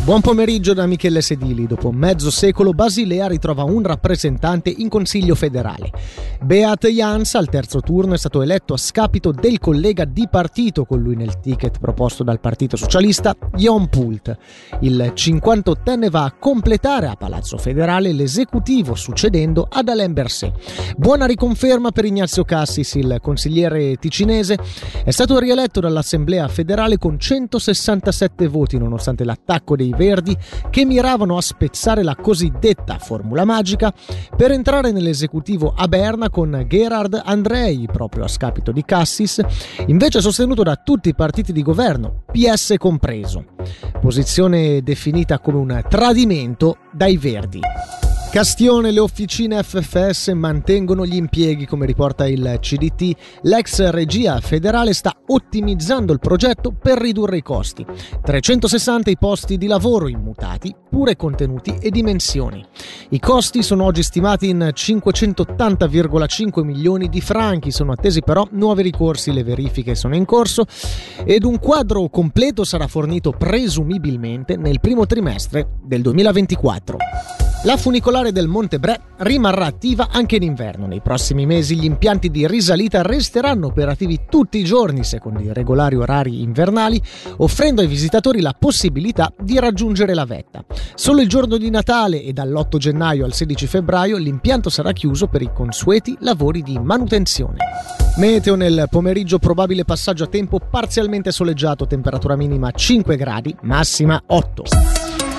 Buon pomeriggio da Michele Sedili. Dopo mezzo secolo Basilea ritrova un rappresentante in Consiglio federale. Beat Jans al terzo turno è stato eletto a scapito del collega di partito con lui nel ticket proposto dal Partito Socialista, Jon Pult. Il 58enne va a completare a Palazzo Federale l'esecutivo succedendo ad Alain Berset. Buona riconferma per Ignazio Cassis, il consigliere ticinese. È stato rieletto dall'Assemblea federale con 167 voti nonostante l'attacco dei Verdi che miravano a spezzare la cosiddetta formula magica per entrare nell'esecutivo a Berna con Gerhard Andrei, proprio a scapito di Cassis, invece sostenuto da tutti i partiti di governo, PS compreso. Posizione definita come un tradimento dai Verdi. Castione, le officine FFS mantengono gli impieghi, come riporta il CDT. L'ex regia federale sta ottimizzando il progetto per ridurre i costi. 360 i posti di lavoro immutati, pure contenuti e dimensioni. I costi sono oggi stimati in 580,5 milioni di franchi, sono attesi però nuovi ricorsi, le verifiche sono in corso ed un quadro completo sarà fornito presumibilmente nel primo trimestre del 2024. La funicolare del Monte Bre rimarrà attiva anche in inverno. Nei prossimi mesi gli impianti di risalita resteranno operativi tutti i giorni secondo i regolari orari invernali, offrendo ai visitatori la possibilità di raggiungere la vetta. Solo il giorno di Natale e dall'8 gennaio al 16 febbraio l'impianto sarà chiuso per i consueti lavori di manutenzione. Meteo: nel pomeriggio probabile passaggio a tempo parzialmente soleggiato, temperatura minima 5 gradi, massima 8.